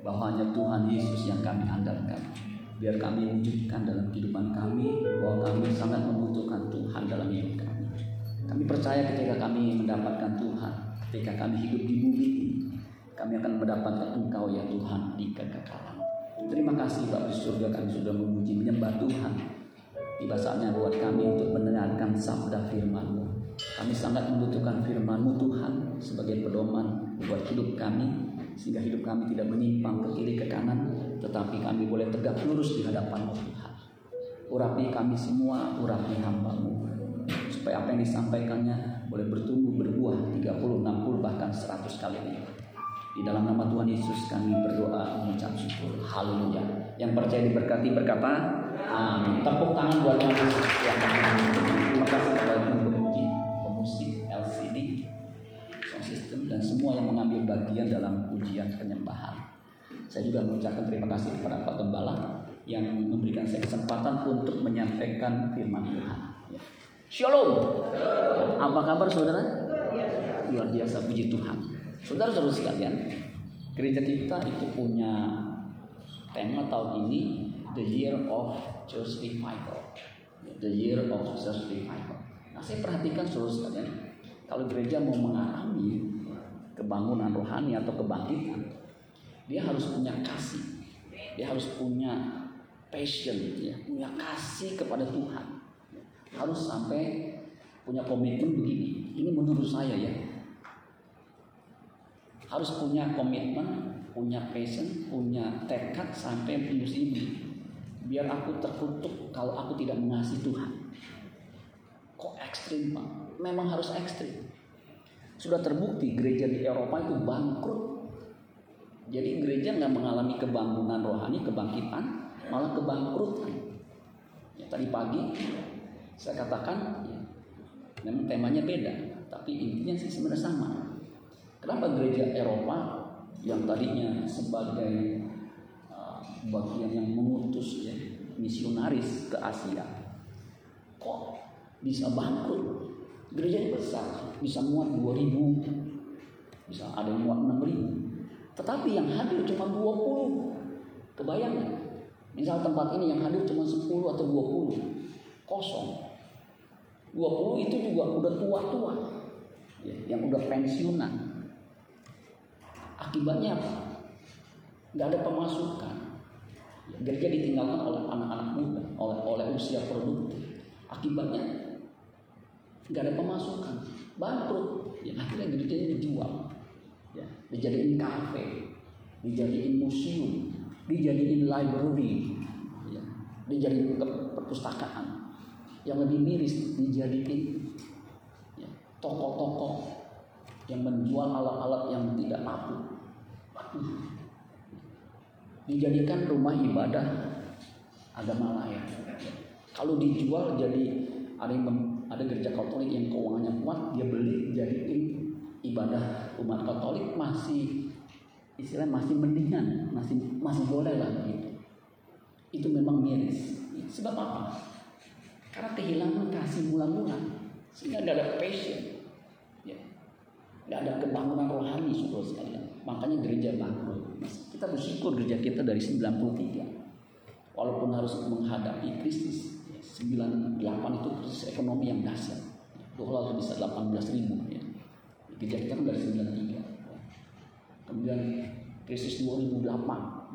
bahwa hanya Tuhan Yesus yang kami andalkan. Biar kami wujudkan dalam kehidupan kami bahwa kami sangat membutuhkan Tuhan dalam hidup kami. Kami percaya ketika kami mendapatkan Tuhan, ketika kami hidup di bumi ini, kami akan mendapatkan Engkau ya Tuhan di kekekalan. Terima kasih Bapa di surga, kami sudah memuji menyembah Tuhan. Tiba saatnya buat kami untuk mendengarkan sabda firman-Mu. Kami sangat membutuhkan firman-Mu Tuhan sebagai pedoman buat hidup kami, sehingga hidup kami tidak menyimpang ke kiri ke kanan, tetapi kami boleh tegak lurus di hadapan-Mu Tuhan. Urapi kami semua, urapi hamba-Mu, supaya apa yang disampaikannya boleh bertumbuh berbuah 30, 60, bahkan 100 kali lipat. Di dalam nama Tuhan Yesus kami berdoa mengucap syukur. Haleluya. Yang percaya diberkati berkata amin. Tepuk tangan buat Tuhan Yesus. Terima kasih kepada pemusik LCD, sound system, dan semua yang mengambil bagian dalam ujian penyembahan. Saya juga mengucapkan terima kasih kepada Pak Gembala yang memberikan saya kesempatan untuk menyampaikan firman Tuhan. Shalom. Apa kabar saudara? Luar biasa, puji Tuhan. Saudara-saudara sekalian, gereja kita itu punya tema tahun ini, The Year of Church Revival. The Year of Church Revival. Nah, saya perhatikan saudara sekalian, kalau gereja mau mengalami kebangunan rohani atau kebangkitan, dia harus punya kasih, dia harus punya passion, ya, punya kasih kepada Tuhan. Harus sampai punya komitmen begini. Ini menurut saya ya. Harus punya komitmen, punya passion, punya tekad sampai finish ini. Biar aku terkutuk kalau aku tidak mengasihi Tuhan. Kok ekstrim Pak? Memang harus ekstrim. Sudah terbukti gereja di Eropa itu bangkrut. Jadi gereja nggak mengalami kebangunan rohani, kebangkitan, malah kebangkrutan. Ya, tadi pagi saya katakan, ya, memang temanya beda, tapi intinya sih sebenarnya sama. Kenapa gereja Eropa yang tadinya sebagai bagian yang mengutus ya, misionaris ke Asia, kok bisa bangkrut? Gerejanya besar, bisa muat 2.000, bisa ada yang muat 6.000, tetapi yang hadir cuma 20. Kebayang nggak? Misal tempat ini yang hadir cuma 10 atau 20, kosong. 20 itu juga udah tua-tua, ya, yang udah pensiunan. Akibatnya apa? Nggak ada pemasukan. Gereja ditinggalkan oleh anak-anak muda, oleh usia produktif. Akibatnya nggak ada pemasukan, bangkrut. Ya, akhirnya gerejanya dijual, ya, dijadiin kafe, dijadiin museum, dijadiin library, ya, dijadiin perpustakaan. Yang lebih miris dijadiin ya, toko-toko yang menjual alat-alat yang tidak laku. Dijadikan rumah ibadah agama lain. Kalau dijual jadi ada gereja Katolik yang keuangannya kuat, dia beli jadiin ibadah umat Katolik masih mendingan, masih boleh lah gitu. Itu memang miris. Sebab apa? Karena kehilangan kasih mula-mula, sehingga tidak ada passion, ya, tidak ada kebangunan rohani saudara sekalian. Makanya gereja bangkrut. Kita bersyukur gereja kita dari 93, walaupun harus menghadapi krisis. 98 itu krisis ekonomi yang dahsyat. Dolar bisa 18.000. Ya. Gereja kita kan dari 93. Kemudian krisis 2008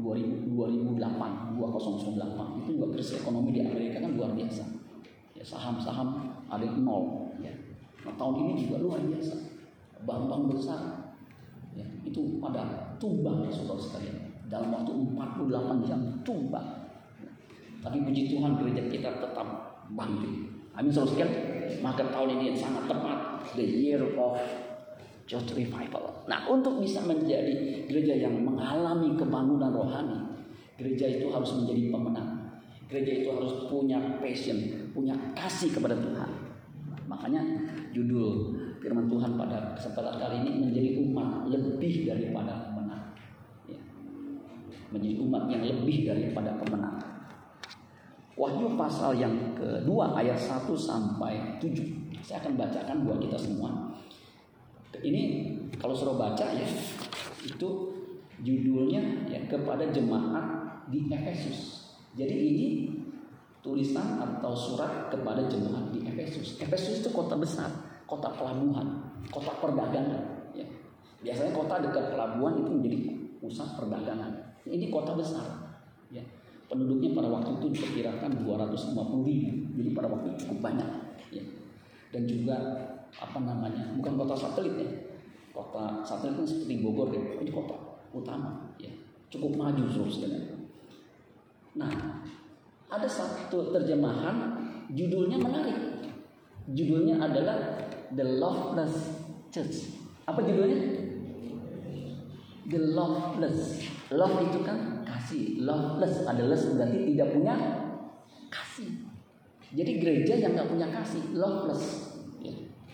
itu juga krisis ekonomi di Amerika kan luar biasa. Ya, saham-saham ada yang nol. Ya. Nah, tahun ini juga luar biasa. Bank-bank besar ya, itu pada tumbang ya saudara sekalian. Dalam waktu 48 jam tumbang. Tapi puji Tuhan gereja kita tetap bangkit. Amin saudara sekalian. Maka tahun ini sangat tepat, the year of Church Revival. Nah, untuk bisa menjadi gereja yang mengalami kebangunan rohani, gereja itu harus menjadi pemenang. Gereja itu harus punya passion, punya kasih kepada Tuhan. Makanya judul firman Tuhan pada kesempatan kali ini menjadi umat lebih daripada pemenang. Ya. Menjadi umat yang lebih daripada pemenang. Wahyu pasal yang kedua ayat 1 sampai 7. Saya akan bacakan buat kita semua. Ini kalau suruh baca ya, itu Judulnya ya kepada jemaat di Efesus. Jadi ini tulisan atau surat kepada jemaat di Efesus. Efesus itu kota besar, kota pelabuhan, kota perdagangan. Ya. Biasanya kota dekat pelabuhan itu menjadi pusat perdagangan. Ini kota besar. Ya. Penduduknya pada waktu itu diperkirakan 250.000. Jadi pada waktu itu cukup banyak. Ya. Dan juga bukan kota satelit ya. Kota satelit itu seperti Bogor ya. Ini kota utama. Ya. Cukup maju sekali. Nah, ada satu terjemahan judulnya menarik. Judulnya adalah The Loveless Church. Apa judulnya? The Loveless. Love itu kan kasih. Loveless ada less berarti tidak punya kasih. Jadi gereja yang nggak punya kasih, loveless. Ya.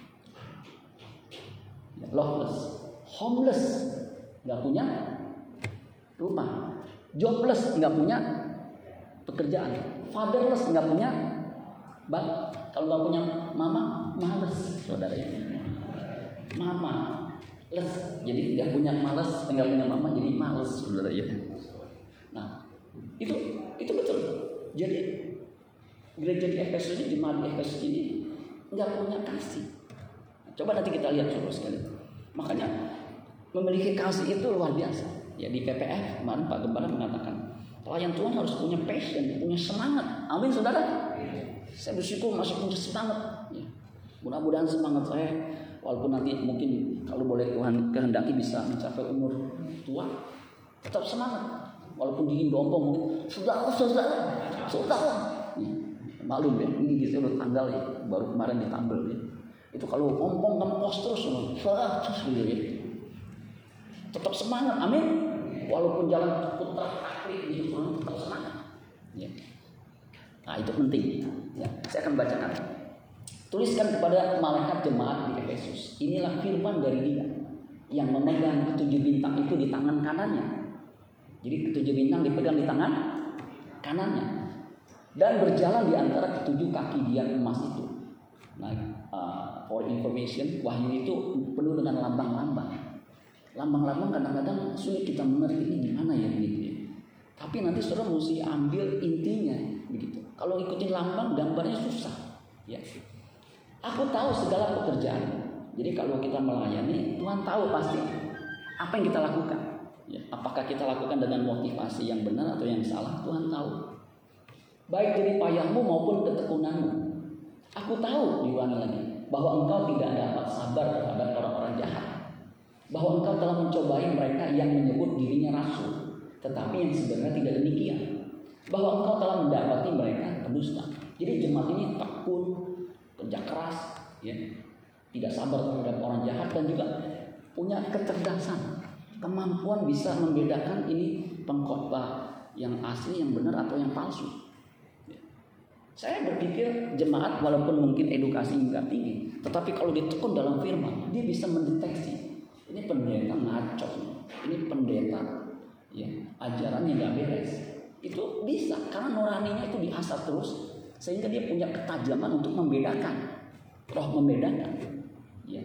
Loveless. Homeless, nggak punya rumah. Jobless, nggak punya pekerjaan. Fatherless, nggak punya kalau nggak punya mama, males, saudara ya. Mama les, jadi nggak punya mama, jadi males, saudara ya. Nah, itu betul. Jadi gereja di Efesus ini, jemaat di Efesus ini nggak punya kasih. Coba nanti kita lihat saudara sekali. Makanya memiliki kasih itu luar biasa. Ya di PPF kemarin Pak Gembala mengatakan pelayan Tuhan harus punya passion, punya semangat. Amin saudara. Saya bersyukur masih punya semangat. Ya. Mudah-mudahan semangat saya, walaupun nanti mungkin kalau boleh Tuhan kehendaki bisa mencapai umur tua, tetap semangat. Walaupun gigi dompong mungkin saudara. Ya. Maklum ya, ini gigi saya udah tanggal ya, baru kemarin ditambal ya. Itu kalau ompong ngempos terus gitu ya. Tetap semangat, amin. Walaupun jalan putar kaki gitu, tetap semangat. Ya. Nah itu penting. Ya. Saya akan bacakan. Tuliskan kepada malaikat jemaat di Efesus. Inilah firman dari Dia yang memegang ketujuh bintang itu di tangan kanannya. Jadi ketujuh bintang dipegang di tangan kanannya dan berjalan di antara ketujuh kaki Dia emas itu. Nah, for information, wahyu itu penuh dengan lambang-lambang. Lambang-lambang kadang-kadang sulit kita mengerti ini gimana ya begitu ya. Tapi nanti saudara mesti ambil intinya begitu. Kalau ikutin lambang gambarnya susah. Ya. Aku tahu segala pekerjaan. Jadi kalau kita melayani, Tuhan tahu pasti apa yang kita lakukan. Ya. Apakah kita lakukan dengan motivasi yang benar atau yang salah, Tuhan tahu. Baik jadi payahmu maupun ketekunanmu. Aku tahu, diulangi lagi, bahwa engkau tidak dapat sabar terhadap orang-orang jahat. Bahwa engkau telah mencobai mereka yang menyebut dirinya rasul, tetapi yang sebenarnya tidak demikian. Bahwa engkau telah mendapati mereka pendusta. Jadi jemaat ini tekun, kerja keras, ya, tidak sabar terhadap orang jahat dan juga punya kecerdasan, kemampuan bisa membedakan ini pengkhotbah yang asli, yang benar atau yang palsu. Ya. Saya berpikir jemaat walaupun mungkin edukasi nggak tinggi, tetapi kalau ditekun dalam firman, dia bisa mendeteksi. Ini pendeta ngaco, ini pendeta ya ajarannya nggak beres. Itu bisa karena nuraninya itu diasah terus sehingga dia punya ketajaman untuk membedakan, roh membedakan. Ya.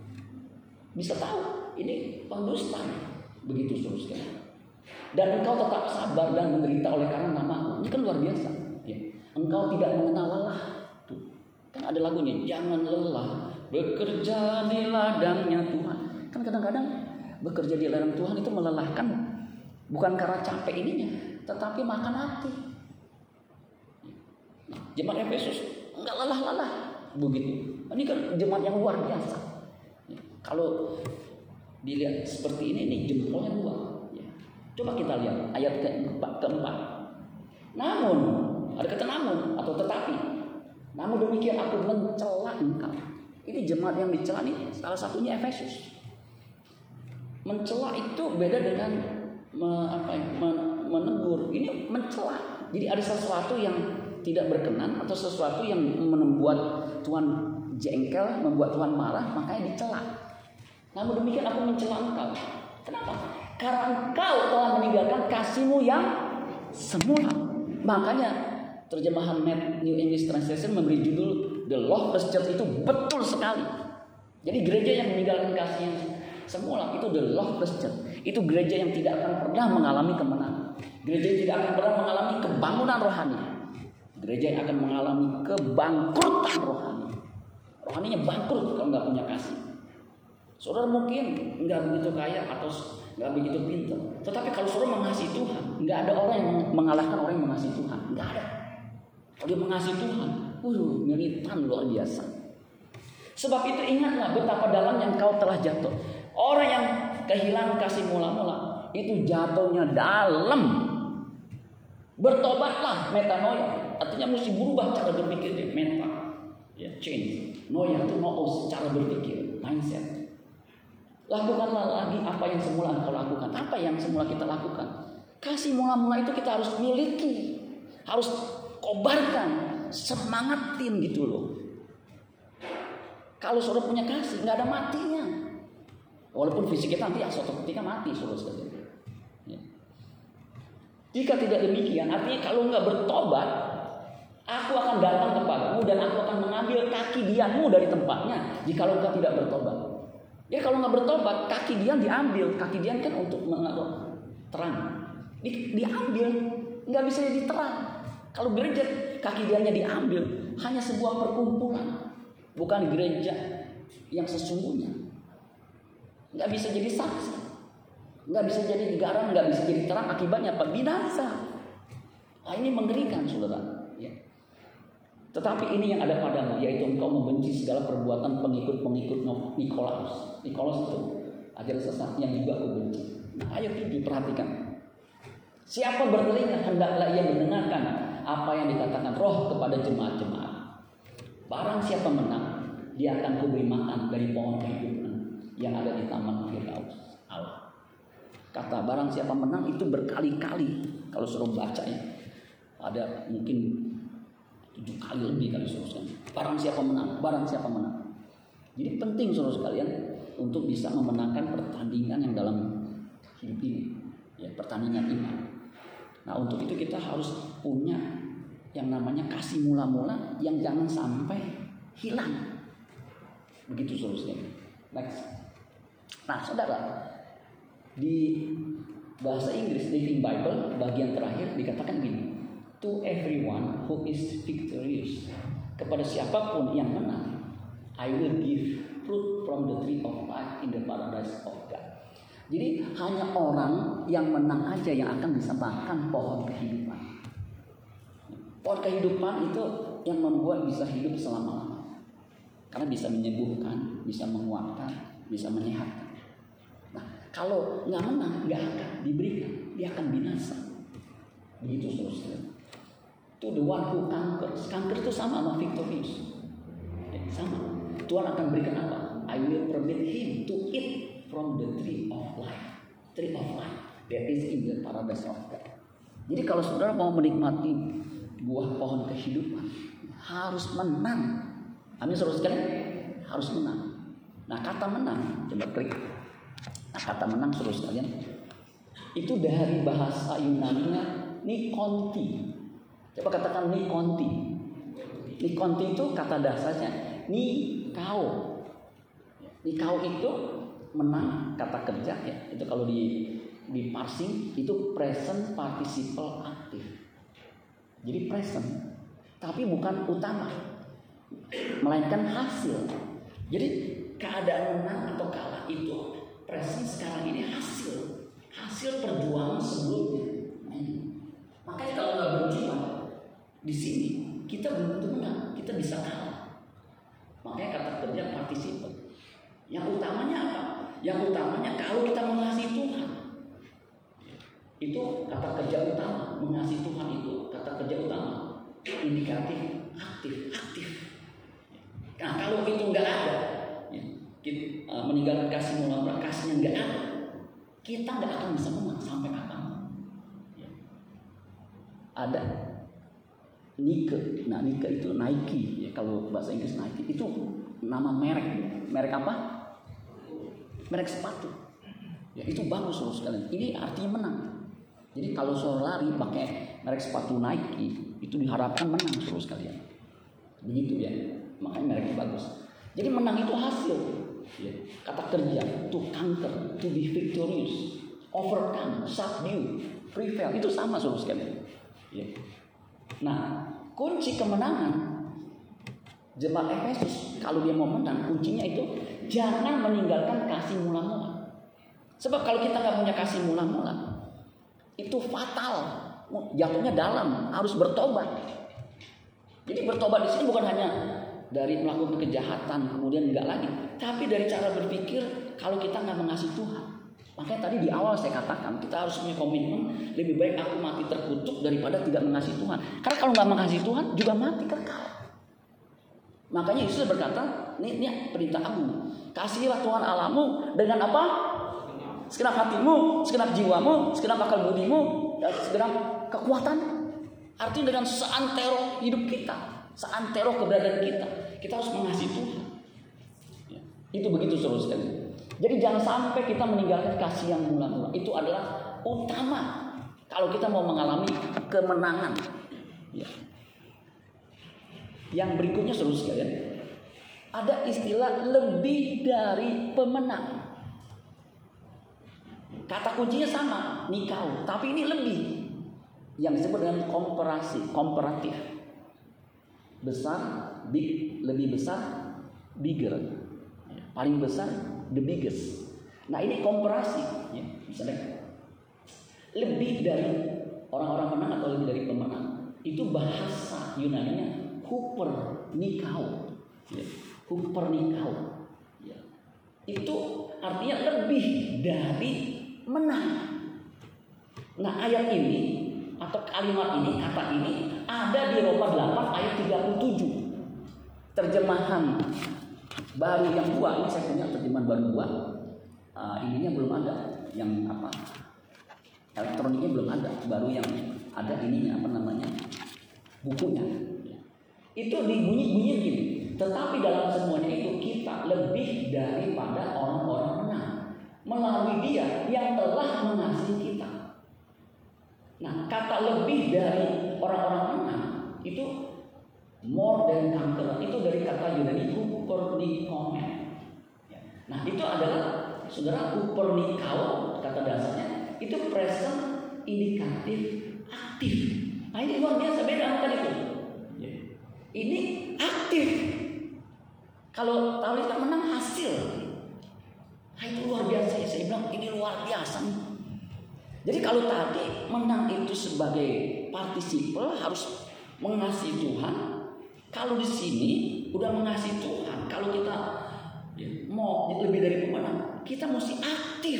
Bisa tahu ini pendusta begitu seterusnya. Dan engkau tetap sabar dan menderita oleh karena namaku. Ini kan luar biasa. Ya. Engkau tidak mengenal lelah. Tuh. Kan ada lagunya, jangan lelah bekerja di ladangnya Tuhan. Kan kadang-kadang bekerja di ladang Tuhan itu melelahkan, bukan karena capek ininya, tetapi makan hati. Nah, jemaat Efesus enggak lelah-lelah begitu. Ini kan jemaat yang luar biasa. Ya, kalau dilihat seperti ini jempolnya dua. Ya. Coba kita lihat ayat keempat. Namun, ada kata namun atau tetapi. Namun demikian aku mencela engkau. Ini jemaat yang dicela ini salah satunya Efesus. Mencela itu beda dengan menegur. Ini mencela. Jadi ada sesuatu yang tidak berkenan atau sesuatu yang membuat Tuhan jengkel, membuat Tuhan marah, makanya dicela. Namun demikian aku mencela engkau. Kenapa? Karena engkau telah meninggalkan kasihmu yang semula. Makanya terjemahan New English Translation memberi judul The Loveless Church itu betul sekali. Jadi gereja yang meninggalkan kasih yang semula itu the loveless church. itu gereja yang tidak akan pernah mengalami kemenangan. Gereja yang tidak akan pernah mengalami kebangunan rohani. Gereja yang akan mengalami kebangkrutan rohani. Rohaninya bangkrut kalau nggak punya kasih. Saudara mungkin nggak begitu kaya atau nggak begitu pintar, tetapi kalau saudara mengasihi Tuhan, nggak ada orang yang mengalahkan orang yang mengasihi Tuhan. Nggak ada. Kalau dia mengasihi Tuhan, militan luar biasa. Sebab itu ingatlah betapa dalam yang kau telah jatuh. Orang yang kehilangan kasih mula-mula itu jatuhnya dalam. Bertobatlah, metanoia. Artinya mesti berubah cara berpikir dia, meta. Ya, change. Noia itu noos, cara berpikir, mindset. Lakukanlah lagi apa yang semula engkau lakukan. Apa yang semula kita lakukan? Kasih mula-mula itu kita harus miliki, harus kobarkan, semangatin gitu loh. Kalau saudara punya kasih, nggak ada matinya. Walaupun fisik kita nanti suatu ketika mati, saudara. Ya. Jika tidak demikian, artinya kalau nggak bertobat, aku akan datang kepadamu dan aku akan mengambil kaki dianmu dari tempatnya. Jika engkau tidak bertobat, ya kalau nggak bertobat, kaki dian diambil. Kaki dian kan untuk mengatur terang, diambil, nggak bisa jadi terang. Kalau gereja kaki diannya diambil, hanya sebuah perkumpulan, bukan gereja yang sesungguhnya. Nggak bisa jadi saksi, nggak bisa jadi garam, nggak bisa jadi terang. Akibatnya apa? Binasa. Nah, ini mengerikan, saudara. Ya. Tetapi ini yang ada padamu, yaitu engkau membenci segala perbuatan pengikut-pengikut Nikolaus. Nikolaus itu ajaran sesat yang juga aku benci. Nah, ayat ini diperhatikan. Siapa bertelinga hendaklah ia mendengarkan apa yang dikatakan Roh kepada jemaat-jemaat. Barang siapa menang, dia akan kuberi makan dari pohon kehidupan yang ada di taman Firdaus Allah. Kata barang siapa menang itu berkali-kali. Kalau suruh baca ya, ada mungkin 7 kali lebih kali suruh sekali. Barang siapa menang, barang siapa menang. Jadi penting saudara sekalian untuk bisa memenangkan pertandingan yang dalam hidup ini, ya, pertandingan iman. Nah, untuk itu kita harus punya yang namanya kasih mula-mula yang jangan sampai hilang. Begitu saudara. Next. Nah, saudara, di bahasa Inggris Living Bible bagian terakhir dikatakan gini. To everyone who is victorious, kepada siapapun yang menang, I will give fruit from the tree of life in the paradise of God. Jadi hanya orang yang menang aja yang akan bisa makan pohon kehidupan. Pohon kehidupan itu yang membuat bisa hidup selama-lamanya. Karena bisa menyembuhkan, bisa menguatkan, bisa menyehatkan. Nah, kalau nggak menang, nggak akan diberikan, dia akan binasa. Begitu saudara. To the one who conquers. Kanker itu sama sama victorious. Ya, sama. Tuhan akan berikan apa? I will permit him to eat from the tree of life. Tree of life that is in the paradise of God. Jadi kalau saudara mau menikmati buah pohon kehidupan, harus menang. Amin saudara sekalian, harus menang. Nah, kata menang, coba klik. Nah, kata menang saudara sekalian, itu dari bahasa Yunani-nya nikonti. Coba katakan nikonti. Nikonti itu kata dasarnya nikao. Nikao itu menang, kata kerja ya. Itu kalau di parsing itu present participle aktif. Jadi present, tapi bukan utama, melainkan hasil. Jadi keadaan menang atau kalah itu present sekarang ini hasil perjuangan sebelumnya. Makanya kalau nggak berjuang di sini kita belum tentu menang, kita bisa kalah. Makanya kata kerja partisipan. Yang utamanya apa? Yang utamanya kalau kita mengasihi Tuhan, itu kata kerja utama. Mengasihi Tuhan itu kata kerja utama. Indikatif aktif. Nah, kalau itu nggak ada, ya, kita meninggalkan kasih mula-mula, kasihnya nggak ada, kita nggak akan bisa menang sampai kapan. Ya. Ada Nike. Nah, Nike itu Nike ya, kalau bahasa Inggris Nike itu nama merek apa? Merek sepatu. Ya, itu bagus loh sekalian. Ini artinya menang. Jadi kalau saudara lari pakai merek sepatu Nike itu diharapkan menang saudara sekalian. Begitu ya. Makanya mereknya bagus. Jadi menang itu hasil. Ya. Kata kerja, to conquer, to be victorious. overcome, subdue, prevail. Itu sama saudara sekalian. Ya. Nah, kunci kemenangan jemaat Efesus kalau dia mau menang, kuncinya itu jangan meninggalkan kasih mula-mula. Sebab kalau kita nggak punya kasih mula-mula, itu fatal, jatuhnya dalam, harus bertobat. Jadi bertobat di sini bukan hanya dari melakukan kejahatan kemudian enggak lagi, tapi dari cara berpikir kalau kita nggak mengasihi Tuhan. Makanya tadi di awal saya katakan kita harus punya komitmen, lebih baik aku mati terkutuk daripada tidak mengasihi Tuhan. Karena kalau nggak mengasihi Tuhan juga mati kekal. Makanya Yesus berkata, ini perintah agung. Kasihilah Tuhan Allahmu dengan apa? Segenap hatimu, segenap jiwamu, segenap akal budimu, dan segenap kekuatan. Artinya dengan seantero hidup kita, seantero keberadaan kita, kita harus mengasihi Tuhan. Ya, itu begitu saudara sekalian. Jadi jangan sampai kita meninggalkan kasih yang mula-mula. Itu adalah utama kalau kita mau mengalami kemenangan. Ya. Yang berikutnya saudara sekalian, ada istilah lebih dari pemenang. Kata kuncinya sama, nikau, tapi ini lebih. Yang disebut dengan komparatif. Besar, big, lebih besar, bigger. Paling besar, the biggest. Nah ini komparasi, ya, misalnya lebih dari orang-orang menang atau lebih dari pemenang. Itu bahasa Yunaninya hupernikao, ya. Hupernikao, ya. Itu artinya lebih dari menang. Nah ayat ini atau kalimat ini, kata ini ada di Roma 8 ayat 37. Terjemahan baru yang dua, ini saya punya terjemahan baru dua. Ininya belum ada, yang apa? Elektroniknya belum ada, baru yang ada ininya apa namanya? Bukunya. Itu dibunyi-bunyi begini. Tetapi dalam semuanya itu kita lebih daripada orang-orang menang melalui Dia yang telah mengasihi kita. Nah, kata lebih dari orang-orang menang itu more than conqueror, itu dari kata Yunani hupernikao. Nah, itu adalah saudara hupernikao, kata dasarnya itu present indikatif aktif. Nah, ini luar biasa beda sama tadi itu. Ini aktif. Kalau tahu kita menang hasil. Nah, itu luar biasa ya. Saya bilang ini luar biasa nih. Jadi kalau tadi menang itu sebagai partisipal harus mengasihi Tuhan. Kalau di sini udah mengasihi Tuhan. Kalau kita mau lebih dari pemenang, kita mesti aktif.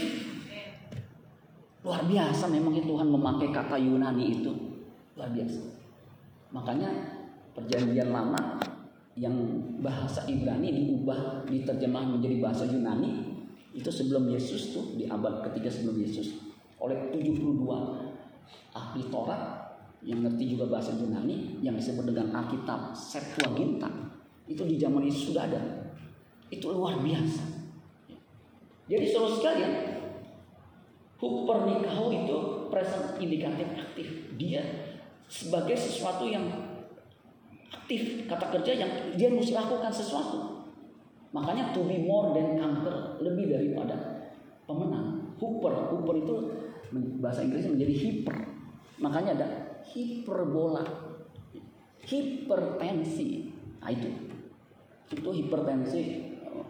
Luar biasa memang Tuhan memakai kata Yunani itu. Luar biasa. Makanya Perjanjian Lama yang bahasa Ibrani diubah, diterjemah menjadi bahasa Yunani itu sebelum Yesus tuh, di abad ketiga sebelum Yesus, oleh 72 ahli Taurat yang ngerti juga bahasa Yunani yang disebut dengan Alkitab Septuaginta. Itu di zaman Yesus sudah ada. Itu luar biasa. Jadi saudara sekalian, hupernikao itu present indikatif aktif. Dia sebagai sesuatu yang aktif, kata kerja yang dia mesti lakukan sesuatu. Makanya to be more than conqueror, lebih daripada pemenang. Huper itu bahasa Inggrisnya menjadi hyper. Makanya ada hiperbola, hipertensi. Nah itu hipertensi,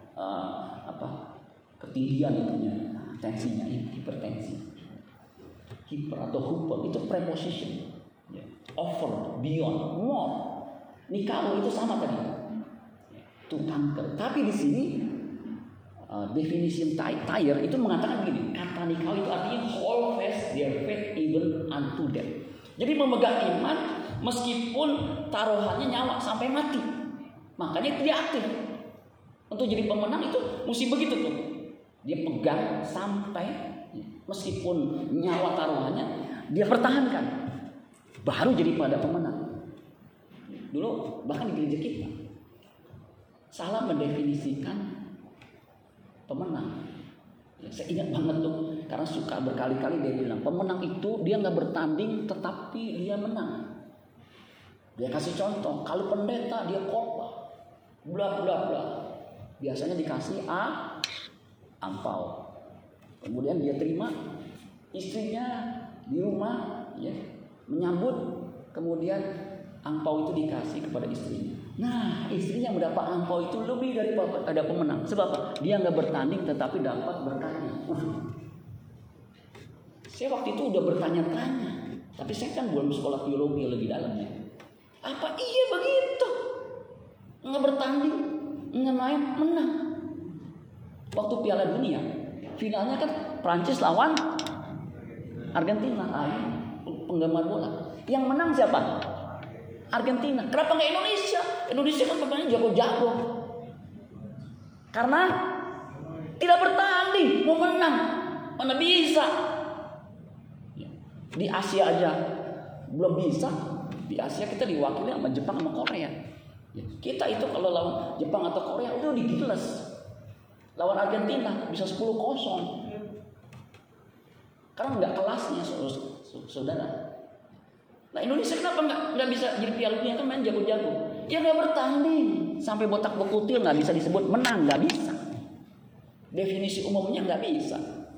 ketinggian itunya, tensinya, hipertensi. Hiper atau huper itu preposition, over, beyond, more. Nikao itu sama tadi, to conquer. Tapi di sini definition Thayer itu mengatakan begini, kata nikao itu artinya hold fast their faith even unto death. Jadi memegang iman meskipun taruhannya nyawa sampai mati. Makanya dia aktif. Untuk jadi pemenang itu mesti begitu tuh. Dia pegang sampai meskipun nyawa taruhannya dia pertahankan. Baru jadi pada pemenang. Dulu bahkan di gereja kita salah mendefinisikan pemenang. Saya ingat banget tuh, karena suka berkali-kali dia bilang pemenang itu dia nggak bertanding tetapi dia menang. Dia kasih contoh, kalau pendeta dia khotbah, bla bla bla, biasanya dikasih ampau, kemudian dia terima istrinya di rumah ya menyambut, kemudian angpau itu dikasih kepada istrinya. Nah, istrinya mendapat angpau itu lebih daripada pemenang. Sebab apa? Dia nggak bertanding tetapi dapat bertanya. Saya waktu itu udah bertanya-tanya, tapi saya kan belum sekolah teologi lebih dalamnya. Apa iya begitu? Nggak bertanding, nggak main, menang. Waktu Piala Dunia, finalnya kan Prancis lawan Argentina. Penggemar bola. Yang menang siapa? Argentina. Kenapa nggak Indonesia? Indonesia kan pemainnya jago-jago. Karena tidak bertanding, mau menang, mana bisa? Di Asia aja belum bisa. Di Asia kita diwakili sama Jepang sama Korea. Kita itu kalau lawan Jepang atau Korea udah digiles. Lawan Argentina bisa 10-0. Karena nggak kelasnya saudara. Nah Indonesia kenapa nggak bisa jadi Piala Dunia, kan main jago-jago? Ya nggak bertanding, sampai botak bekutil nggak bisa disebut menang, nggak bisa. Definisi umumnya nggak bisa.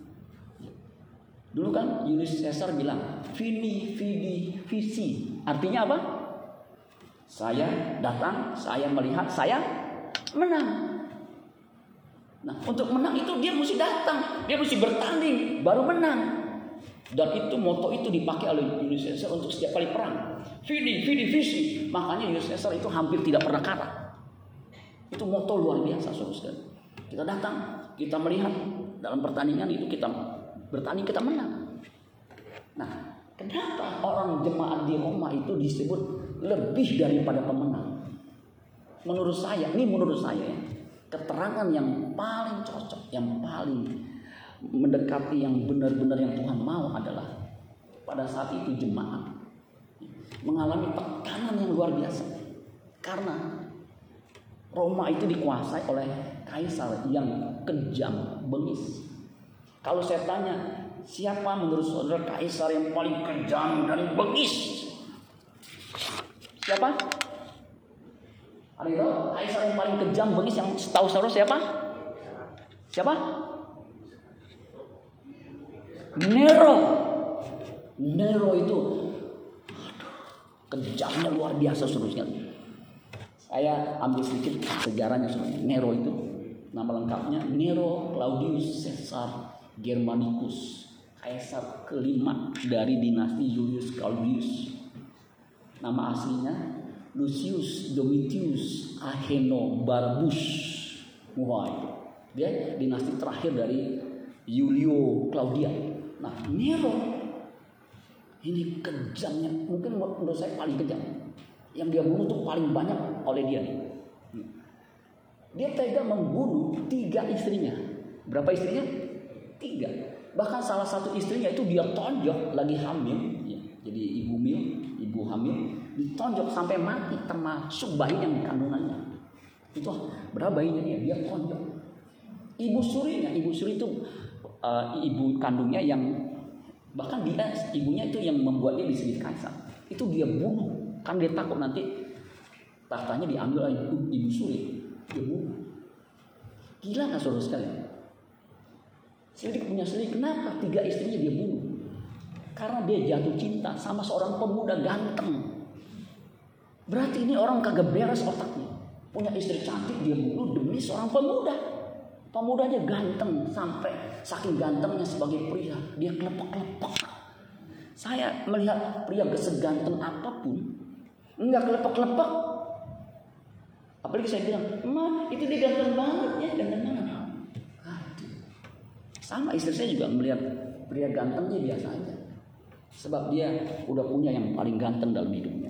Dulu kan Julius Caesar bilang vini vidi vici, artinya apa? Saya datang, saya melihat, saya menang. Nah untuk menang itu dia mesti datang, dia mesti bertanding baru menang. Dan itu moto itu dipakai oleh Julius Caesar untuk setiap kali perang. Vidi, vici. Makanya Julius Caesar itu hampir tidak pernah kalah. Itu moto luar biasa, saudara. Kita datang, kita melihat dalam pertandingan itu kita bertanding, kita menang. Nah, kenapa orang jemaat di Roma itu disebut lebih daripada pemenang? Menurut saya ya, keterangan yang paling cocok, yang paling mendekati yang benar-benar yang Tuhan mau adalah pada saat itu jemaat mengalami tekanan yang luar biasa karena Roma itu dikuasai oleh kaisar yang kejam, bengis. Kalau saya tanya, siapa menurut saudara kaisar yang paling kejam dan bengis? Siapa? Ada yang tahu kaisar yang paling kejam, bengis yang setahu saudara siapa? Siapa? Nero itu kejamnya luar biasa seterusnya. Saya ambil sedikit sejarahnya sebenarnya. Nero itu nama lengkapnya Nero Claudius Caesar Germanicus, kaisar kelima dari dinasti Julius Claudius. Nama aslinya Lucius Domitius Ahenobarbus. Dia dinasti terakhir dari Julio Claudia. Nah, Nero ini kejamnya, mungkin menurut saya paling kejam. Yang dia bunuh tuh paling banyak oleh dia. Dia tega membunuh 3 istrinya. Berapa istrinya? 3. Bahkan salah satu istrinya itu dia tonjok lagi hamil. Ya, jadi ibu hamil ditonjok sampai mati, termasuk bayi yang kandungannya. Itu berapa bayinya dia tonjok. Ibu suri itu ibu kandungnya yang bahkan ibunya itu yang membuat dia bisa jadi kaisar. Itu dia bunuh, kan dia takut nanti tahtanya diambil oleh ibu suri. Dia bunuh. Gila nggak saudara sekalian? Selidik punya selidik, kenapa 3 istrinya dia bunuh? Karena dia jatuh cinta sama seorang pemuda ganteng. Berarti ini orang kagak beres otaknya. Punya istri cantik dia bunuh demi seorang pemuda. Pemudanya ganteng, sampai saking gantengnya sebagai pria dia kelepek-kelepek. Saya melihat pria seganteng apapun enggak kelepek-kelepek. Apalagi saya bilang, "Ma, itu dia ganteng banget ya, ganteng banget." Sama istri saya juga melihat pria gantengnya biasa aja. Sebab dia udah punya yang paling ganteng dalam hidupnya.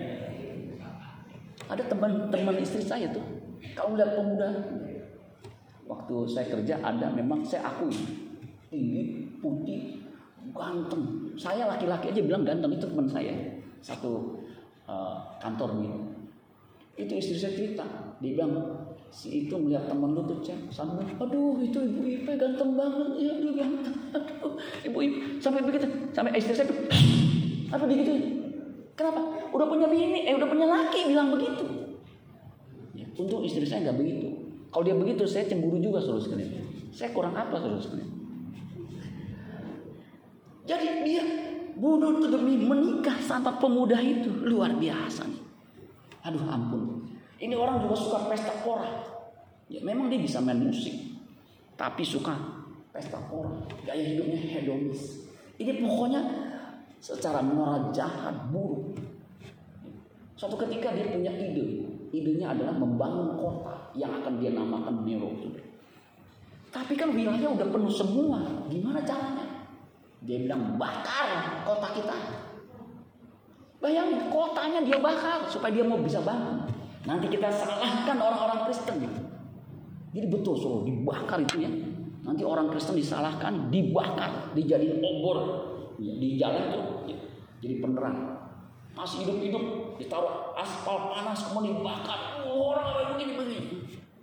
Ada teman-teman istri saya tuh, kalau lihat pemuda, waktu saya kerja ada, memang saya akui tinggi, putih, ganteng. Saya laki-laki aja bilang ganteng, itu teman saya satu kantor gitu. Itu istri saya cerita, dia bilang si itu melihat teman lu tuh cek, sampai aduh itu ibu Ipe ganteng banget ya, aduh ganteng, aduh ibu Ipe sampai begitu, sampai istri saya apa begitu? Kenapa? Udah punya bini, udah punya laki bilang begitu. Ya, untuk istri saya nggak begitu. Kalau dia begitu, saya cemburu juga saudara sekalian. Saya kurang apa saudara sekalian? Jadi dia bunuh itu demi menikah sama pemuda itu. Luar biasa nih. Aduh ampun. Ini orang juga suka pesta pora. Ya memang dia bisa main musik, tapi suka pesta pora. Gaya hidupnya hedonis. Ini pokoknya secara moral jahat, buruk. Suatu ketika dia punya ide. Idenya adalah membangun kota yang akan dia namakan Nero. Tapi kan wilayah udah penuh semua. Gimana caranya? Dia bilang bakar kota kita. Bayangin kotanya dia bakar supaya dia mau bisa bangun. Nanti kita salahkan orang-orang Kristen. Jadi betul suruh dibakar itu ya. Nanti orang Kristen disalahkan, dibakar, dijadiin obor ya, di jalan tuh ya. Jadi penerang. Masih hidup-hidup ditaruh aspal panas kemudian dibakar. Orang begini.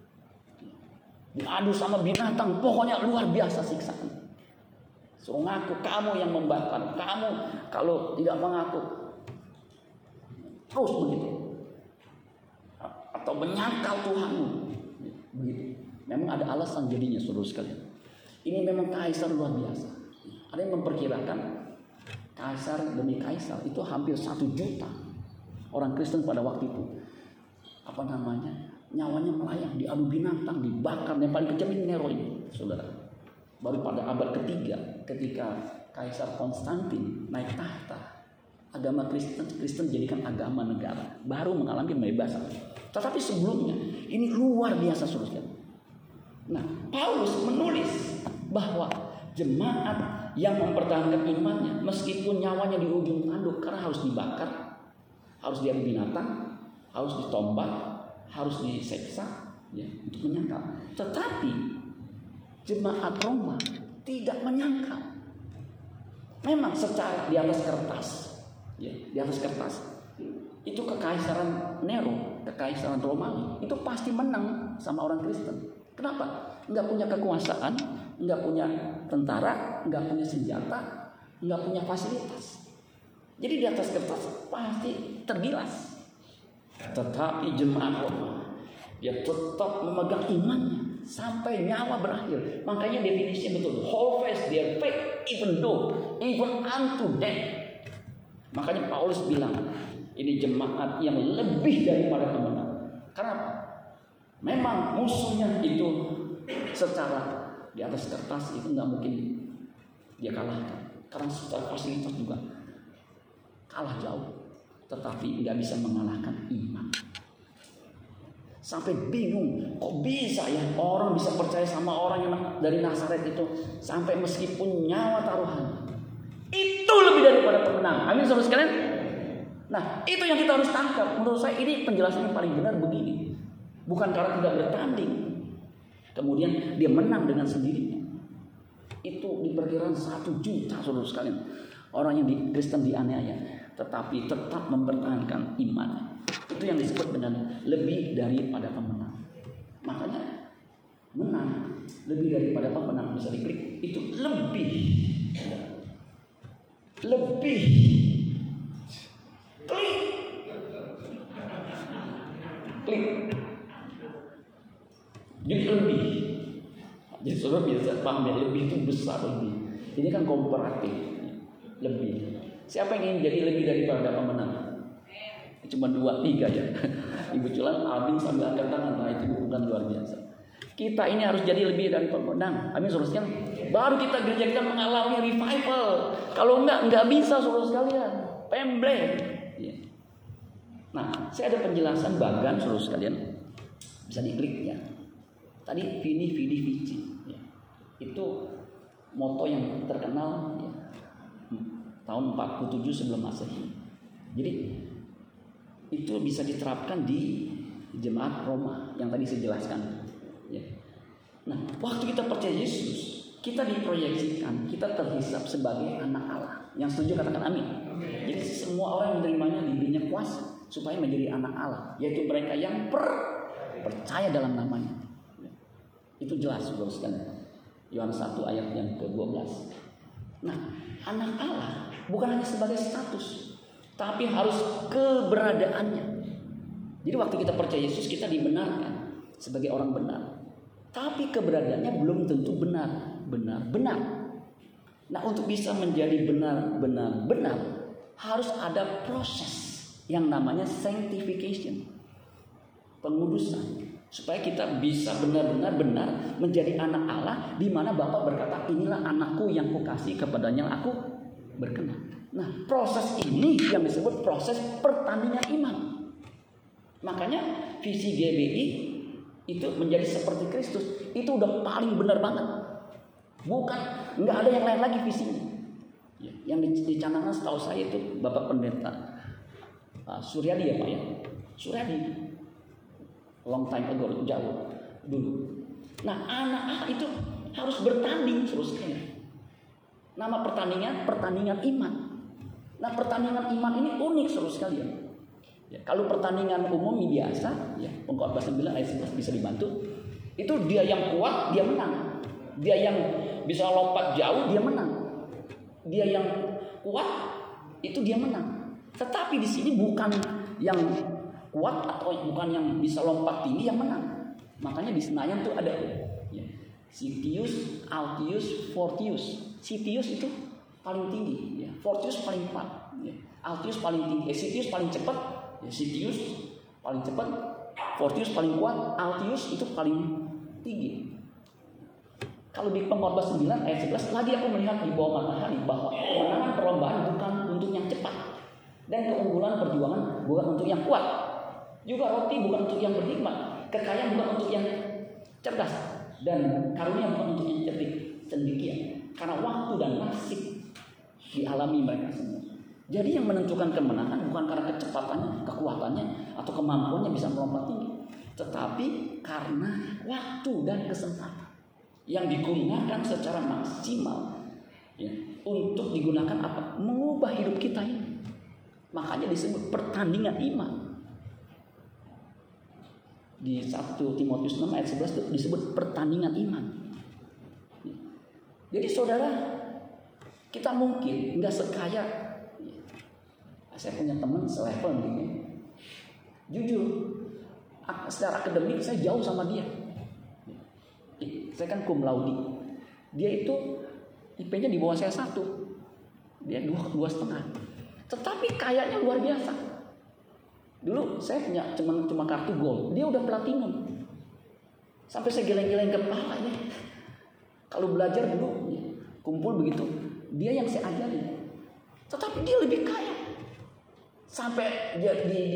Diadu sama binatang, pokoknya luar biasa siksaan. Suruh ngaku kamu yang membakar, kamu kalau tidak mengaku terus begitu. Atau menyangkal Tuhanmu. Begitu. Memang ada alasan jadinya saudara sekalian. Ini memang kaisar luar biasa. Ada yang memperkirakan kaisar demi kaisar itu hampir 1 juta orang Kristen pada waktu itu. Nyawanya melayang, diadu binatang, dibakar. Yang paling kejam ini Nero ini, saudara. Baru pada abad ketiga ketika Kaisar Konstantin naik tahta, agama Kristen jadikan agama negara, baru mengalami pembebasan. Tetapi sebelumnya ini luar biasa saudara. Nah, Paulus menulis bahwa jemaat yang mempertahankan imannya meskipun nyawanya di ujung tanduk karena harus dibakar, harus diadu binatang, harus ditombak, harus diseksa ya, untuk menyangkal. Tetapi jemaat Roma tidak menyangkal. Memang secara di atas kertas ya, di atas kertas itu kekaisaran Nero, kekaisaran Romawi itu pasti menang sama orang Kristen. Kenapa? Enggak punya kekuasaan, enggak punya tentara, enggak punya senjata, enggak punya fasilitas. Jadi di atas kertas pasti tergilas. Tetapi jemaat Roma dia tetap memegang imannya sampai nyawa berakhir. Makanya definisinya betul. Hold fast their faith even unto death. Makanya Paulus bilang ini jemaat yang lebih daripada pemenang. Kenapa? Memang musuhnya itu secara di atas kertas itu nggak mungkin dia kalahkan. Karena secara fasilitas juga kalah jauh. Tetapi nggak bisa mengalahkan iman. Sampai bingung, kok bisa ya orang bisa percaya sama orang yang dari Nazaret itu sampai meskipun nyawa taruhan itu lebih daripada pemenang. Amin saudara sekalian. Nah itu yang kita harus tangkap. Menurut saya ini penjelasan yang paling benar begini. Bukan karena tidak bertanding kemudian dia menang dengan sendirinya. Itu diperkirakan 1 juta saudara sekalian orang yang di Kristen dianiaya, tetapi tetap mempertahankan imannya. Itu yang disebut dengan lebih daripada pemenang. Makanya menang lebih daripada pemenang bisa diklik. Itu lebih klik. Jadi lebih. Jadi saudara biasa paham ya, lebih itu besar lebih. Ini kan komparatif. Lebih. Siapa yang ingin jadi lebih daripada pemenang? Cuma 2, 3 ya. Ibu Culan amin sambil angkat tangan. Nah itu bukan luar biasa. Kita ini harus jadi lebih dari pemenang. Amin saudara sekalian. Baru kita gereja kita mengalami revival. Kalau enggak bisa saudara sekalian. Pembleng. Ya. Nah saya ada penjelasan bagan saudara sekalian. Bisa diklik ya. Tadi Vini Vidi Vici ya. Itu moto yang terkenal ya. Tahun 47 sebelum Masehi. Jadi itu bisa diterapkan di jemaat Roma yang tadi saya jelaskan. Ya. Nah, waktu kita percaya Yesus, kita diproyeksikan, kita terhisap sebagai anak Allah. Yang setuju katakan amin. Jadi semua orang yang menerimanya diberinya kuasa supaya menjadi anak Allah, yaitu mereka yang percaya dalam namanya. Itu jelas saudara sekalian. Yohanes 1 ayat yang ke-12. Nah, anak Allah bukan hanya sebagai status, tapi harus keberadaannya. Jadi waktu kita percaya Yesus, kita dibenarkan sebagai orang benar. Tapi keberadaannya belum tentu benar. Nah, untuk bisa menjadi benar harus ada proses yang namanya sanctification, pengudusan, supaya kita bisa benar-benar menjadi anak Allah, di mana Bapa berkata, inilah anakku yang kukasih, kepadanya aku berkenan. Nah, proses ini yang disebut proses pertandingan iman. Makanya visi GBI itu menjadi seperti Kristus, itu udah paling benar banget. Bukan, nggak ada yang lain lagi visinya. Yang dicanangkan setahu saya itu Bapak Pendeta Suryadi ya Pak ya, Suryadi, long time ago, jauh dulu. Nah, anak Allah itu harus bertanding terusnya. Nama pertandingan iman. Nah, pertandingan iman ini unik saudara sekalian. Ya, kalau pertandingan umum biasa, ya, Pengkhotbah 9 ayat 11 bisa dibantu. Itu dia yang kuat, dia menang. Dia yang bisa lompat jauh, dia menang. Dia yang kuat, itu dia menang. Tetapi di sini bukan yang kuat atau bukan yang bisa lompat tinggi yang menang. Makanya di Senayan tuh ada ya, Citius, Altius, Fortius. Citius itu paling tinggi, ya. Fortius paling cepat, ya. Altius paling tinggi, Citius paling cepat, ya. Citius paling cepat, Fortius paling kuat, Altius itu paling tinggi. Kalau di Pengkhotbah 9 ayat 11, lagi aku melihat di bawah matahari bahwa kemenangan perlombaan bukan untuk yang cepat, dan keunggulan perjuangan bukan untuk yang kuat, juga roti bukan untuk yang berhikmat, kekayaan bukan untuk yang cerdas, dan karunia bukan untuk yang cendekia. Karena waktu dan nasib dialami mereka semua. Jadi yang menentukan kemenangan bukan karena kecepatannya, kekuatannya, atau kemampuannya bisa melompat tinggi, tetapi karena waktu dan kesempatan yang digunakan secara maksimal, ya, untuk digunakan apa? Mengubah hidup kita ini. Makanya disebut pertandingan iman. Di 1 Timotius 6 ayat 11 itu disebut pertandingan iman. Jadi saudara, kita mungkin nggak sekaya, saya punya teman selevel gitu. Jujur, secara akademik saya jauh sama dia. Saya kan cum laude. Dia itu IP-nya di bawah saya 1. Dia 2,5. Tetapi kayaknya luar biasa. Dulu saya punya cuma kartu gold, dia udah platinum. Sampai saya geleng-geleng kepalanya. Kalau belajar dulu, ya, kumpul begitu, dia yang saya ajari. Tetapi dia lebih kaya. Sampai dia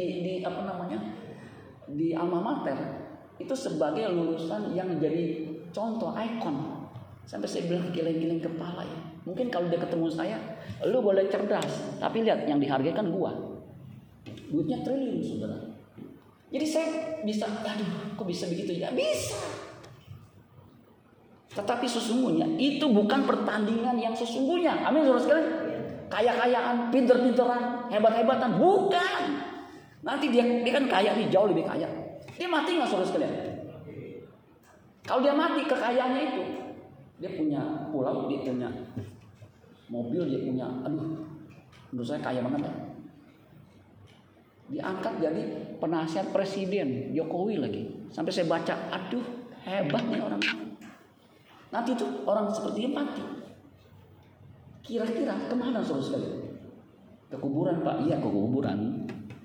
di alma mater itu sebagai lulusan yang jadi contoh, ikon. Sampai saya bilang geleng-geleng kepala ya. Mungkin kalau dia ketemu saya, lu boleh cerdas, tapi lihat yang dihargai kan gua. Duitnya triliun saudara. Jadi saya bisa, aduh, kok bisa begitu ya? Bisa. Tetapi sesungguhnya itu bukan pertandingan yang sesungguhnya. Amin saudara sekalian. Kaya-kayaan, pinter-pinteran, hebat-hebatan, bukan. Nanti dia kan kaya nih, jauh lebih kaya. Dia mati nggak saudara sekalian? Kalau dia mati, kekayaannya itu, dia punya pulau, dia punya mobil, dia punya, aduh, menurut saya kaya banget ya. Diangkat jadi penasihat presiden Jokowi lagi. Sampai saya baca, aduh, hebat nih orang. Nanti itu orang seperti dia mati. Kira-kira kemana saudara sekalian? Ke kuburan Pak? Iya, ke kuburan.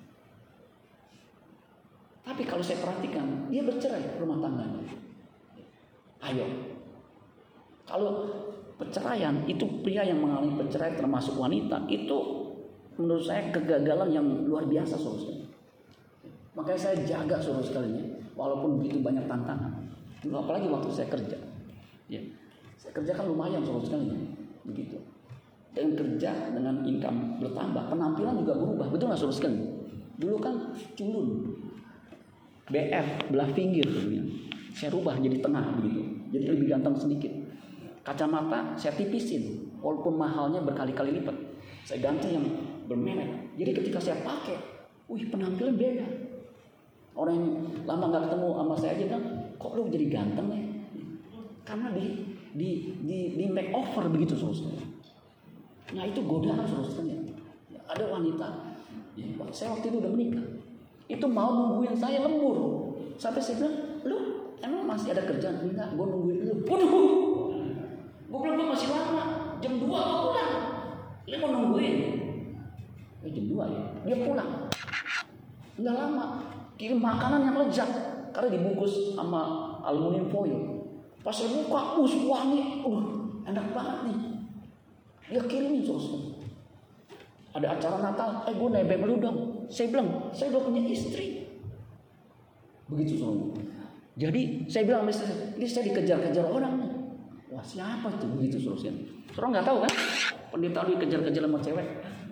Tapi kalau saya perhatikan, dia bercerai rumah tangganya. Ayo. Kalau perceraian, itu pria yang mengalami perceraian termasuk wanita, itu menurut saya kegagalan yang luar biasa saudara sekalian. Makanya saya jaga saudara sekalian, walaupun begitu banyak tantangan. Dulu apalagi waktu saya kerja. Ya, saya kerja kan lumayan saudara sekalian, begitu. Dengan kerja, dengan income bertambah, penampilan juga berubah, betul nggak saudara sekalian? Dulu kan culun, BF belah pinggir, saya rubah jadi tengah begitu, jadi lebih ganteng sedikit. Kacamata saya tipisin, walaupun mahalnya berkali-kali lipat, saya ganti yang bermerek. Jadi ketika saya pakai, penampilan beda. Orang yang lama nggak ketemu sama saya aja kan, kok lu jadi ganteng ya? Karena di make over begitu saudara. Nah itu godaan saudara. Ada wanita, ya, saya waktu itu udah menikah, itu mau nungguin saya lembur. Sampai saya bilang, lu emang masih ada kerjaan? Enggak, gue nungguin lu. Waduh, gue bilang gue masih lama. jam 2 mau pulang. Dia mau nungguin. Jam 2 ya, dia pulang. Nggak lama, kirim makanan yang lezat karena dibungkus sama aluminium foil. Pas saya buka, wangi, enak banget nih. Dia kirimin terus. Ada acara Natal, gue nebeng lu dong. Saya bilang, saya udah punya istri. Begitu suruh. Jadi saya bilang, ini saya dikejar-kejar orang nih. Wah, siapa itu? Begitu suruh. Orang nggak tahu kan? Pendeta dikejar-kejar sama cewek.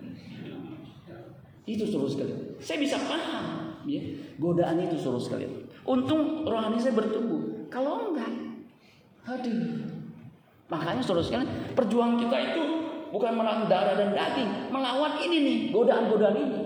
Itu suruh sekali. Saya bisa paham, ya, godaan itu suruh sekalian. Untung rohani saya bertumbuh. Kalau enggak, aduh. Makanya suruh sekalian, perjuangan kita itu bukan melawan darah dan daging, melawan ini nih, godaan-godaan ini.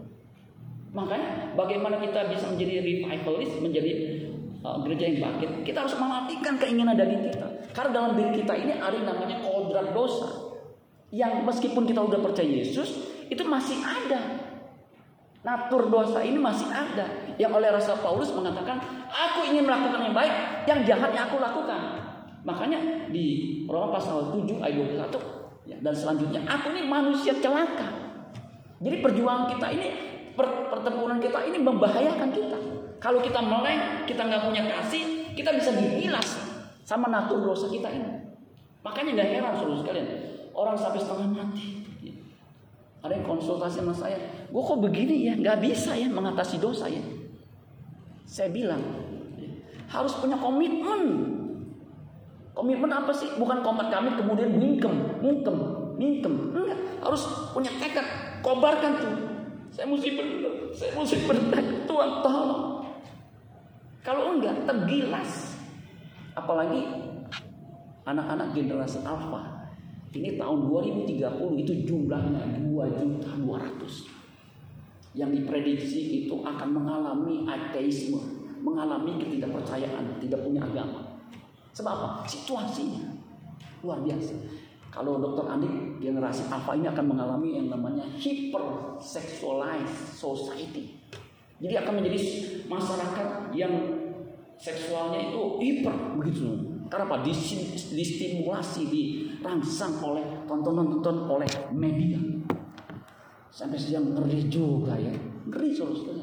Makanya bagaimana kita bisa menjadi revivalist, menjadi gereja yang bangkit, kita harus mematikan keinginan daging kita. Karena dalam diri kita ini ada yang namanya kodrat dosa, yang meskipun kita udah percaya Yesus, itu masih ada. Natur dosa ini masih ada, yang oleh Rasul Paulus mengatakan, aku ingin melakukan yang baik, yang jahat yang aku lakukan. Makanya di Roma pasal 7 ayat 21 ya, dan selanjutnya, aku ini manusia celaka. Jadi perjuangan kita ini, pertempuran kita ini membahayakan kita. Kalau kita meleng, kita nggak punya kasih, kita bisa dibilas sama natur dosa kita ini. Makanya nggak heran saudara sekalian, orang sampai setengah mati. Ada yang konsultasi sama saya, gue kok begini ya, nggak bisa ya mengatasi dosa ya. Saya bilang, harus punya komitmen. Komitmen apa sih? Bukan komat kami kemudian mingkem. Enggak, harus punya tekad, kobarkan tuh. Saya mesti bertekad, Tuhan tolong. Kalau enggak, tergilas. Apalagi anak-anak generasi Alpha. Ini tahun 2030 itu jumlahnya 2.200.000. Yang diprediksi itu akan mengalami ateisme, mengalami ketidakpercayaan, tidak punya agama. Sebab apa? Situasinya luar biasa. Kalau Dr. Andi, generasi Alpha ini akan mengalami yang namanya hypersexualized society. Jadi akan menjadi masyarakat yang seksualnya itu hiper begitu. Karena apa? Distimulasi, dirangsang oleh tontonan oleh media. Sampai yang ngeri juga ya. Ngeri saudara.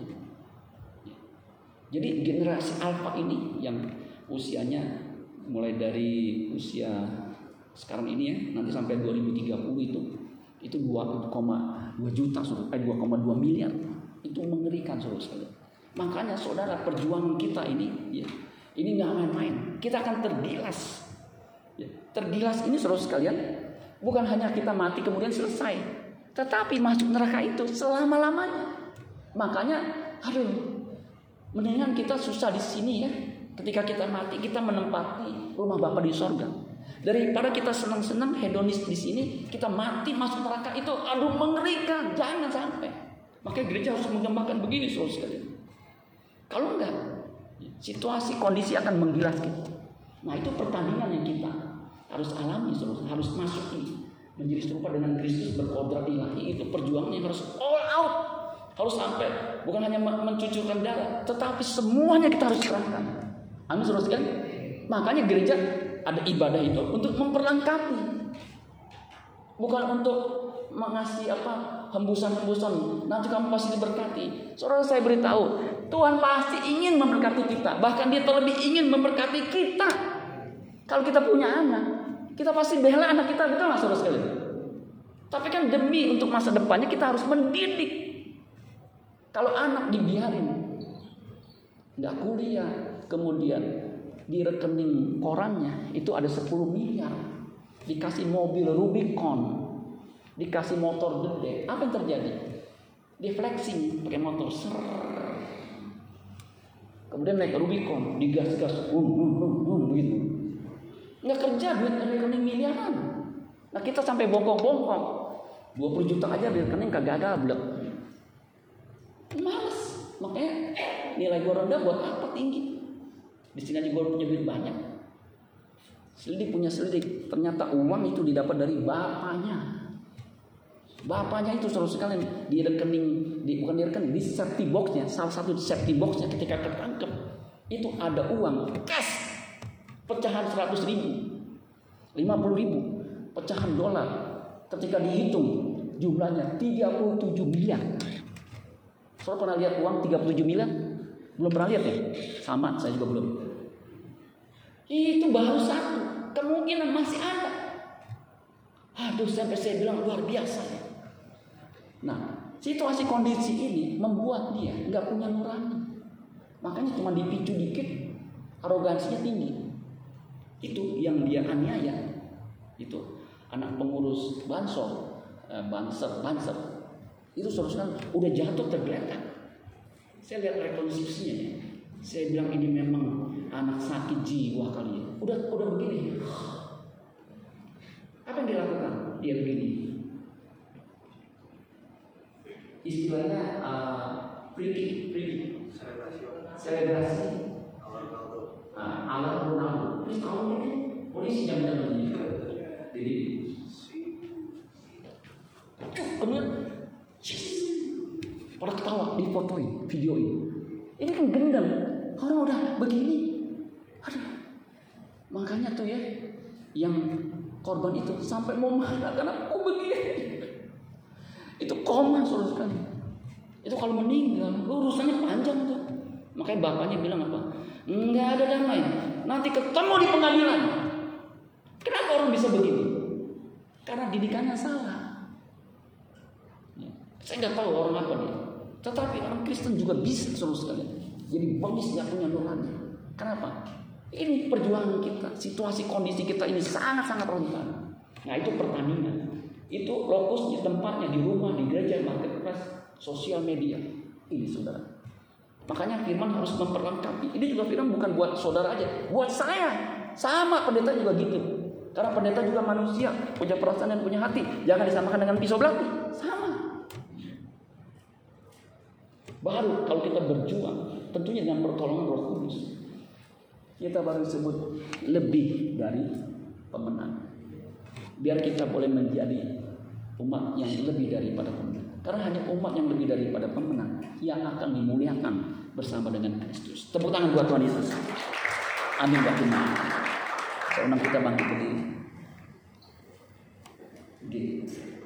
Jadi generasi Alpha ini yang usianya mulai dari usia sekarang ini ya, nanti sampai 2030 itu 2,2 juta, 2,2 miliar. Itu mengerikan saudara. Makanya saudara, perjuangan kita ini ya, ini nggak main-main. Kita akan tergilas. Ya, tergilas ini saudara sekalian, bukan hanya kita mati kemudian selesai, tetapi masuk neraka itu selama-lamanya. Makanya, mendingan kita susah di sini ya. Ketika kita mati, kita menempati rumah Bapa di sorga. Daripada kita senang-senang hedonis di sini, kita mati masuk neraka itu, mengerikan. Jangan sampai. Makanya gereja harus mengembangkan begini saudara sekalian. Kalau enggak, situasi kondisi akan menggilas kita. Nah, itu pertandingan yang kita harus alami, harus masuk ini, menjadi serupa dengan Kristus, berkodrat ilahi. Itu perjuangan yang harus all out, harus sampai bukan hanya mencucurkan darah, tetapi semuanya kita harus serahkan. Amin saudara sekalian. Makanya gereja ada ibadah itu untuk memperlengkapi, bukan untuk mengasih hembusan-hembusan. Nanti kamu pasti diberkati. Saudara, saya beritahu, Tuhan pasti ingin memberkati kita. Bahkan Dia terlebih ingin memberkati kita. Kalau kita punya anak, kita pasti bela anak kita, betul nggak saudara sekalian? Tapi kan demi untuk masa depannya kita harus mendidik. Kalau anak dibiarin nggak kuliah, kemudian di rekening korannya itu ada 10 miliar, dikasih mobil Rubicon, dikasih motor gede, apa yang terjadi? Dia flexing pakai motor, kemudian naik Rubicon, digas-gas, begitu. Nggak kerja, duit rekening miliaran. Nah, kita sampai bongkok-bongkok, 20 juta aja di rekening kagak ada, blek. Males, makanya nilai gua rendah buat apa tinggi? Di sini aja gua punya duit banyak. Selidik punya selidik, ternyata uang itu didapat dari bapaknya. Bapaknya itu saudara sekalian di rekening, bukan di rekening, di safety boxnya, salah satu safety boxnya ketika ketangkep itu ada uang cash pecahan 100.000, 50.000. pecahan dolar ketika dihitung jumlahnya 37 miliar. Saudara pernah lihat uang 37 miliar? Belum pernah lihat ya? Sama, saya juga belum. Itu baru satu, kemungkinan masih ada. Aduh, sampai saya bilang luar biasa ya. Nah, situasi kondisi ini membuat dia nggak punya nurani. Makanya cuma dipicu dikit, arogansinya tinggi. Itu yang dia aniaya. Itu anak pengurus Banser. Itu saudara udah jatuh tergeletak. Saya lihat rekonstruksinya ya. Saya bilang ini memang anak sakit jiwa kali ya. Udah begini. Apa yang dilakukan? Dia begini. Istilahnya selebrasi. Alat Ronaldo. Terus tahun ini polisi jam-jam ini. Jadi kemudian pada ketawa, difotoin, videoin. Ini kan gendam. Orang udah begini. Aduh. Makanya tuh ya, yang korban itu sampai mau mengatakan aku begini. Itu koma saudara sekali. Itu kalau meninggal, urusannya panjang tuh. Makanya bapaknya bilang apa? Enggak ada damai. Nanti ketemu di pengadilan. Kenapa orang bisa begini? Karena didikannya salah. Saya nggak tahu orang apa dia. Tetapi orang Kristen juga bisa saudara sekalian. Jadi bangis nggak punya nurani. Kenapa? Ini perjuangan kita, situasi kondisi kita ini sangat-sangat rentan. Nah itu pertandingan. Itu lokusnya, tempatnya di rumah, di gereja, marketplace, sosial media. Ini saudara. Makanya firman harus memperlengkapi. Ini juga firman bukan buat saudara aja, buat saya. Sama, pendeta juga gitu. Karena pendeta juga manusia, punya perasaan dan punya hati. Jangan disamakan dengan pisau belati. Sama. Baru kalau kita berjuang, tentunya dengan pertolongan Roh Kudus, kita baru disebut lebih dari pemenang. Biar kita boleh menjadi umat yang lebih daripada pemenang. Karena hanya umat yang lebih daripada pemenang yang akan dimuliakan bersama dengan Kristus. Tepuk tangan buat Tuhan Yesus. Amin bagi Tuhan. Saya undang kita bangkit berdiri.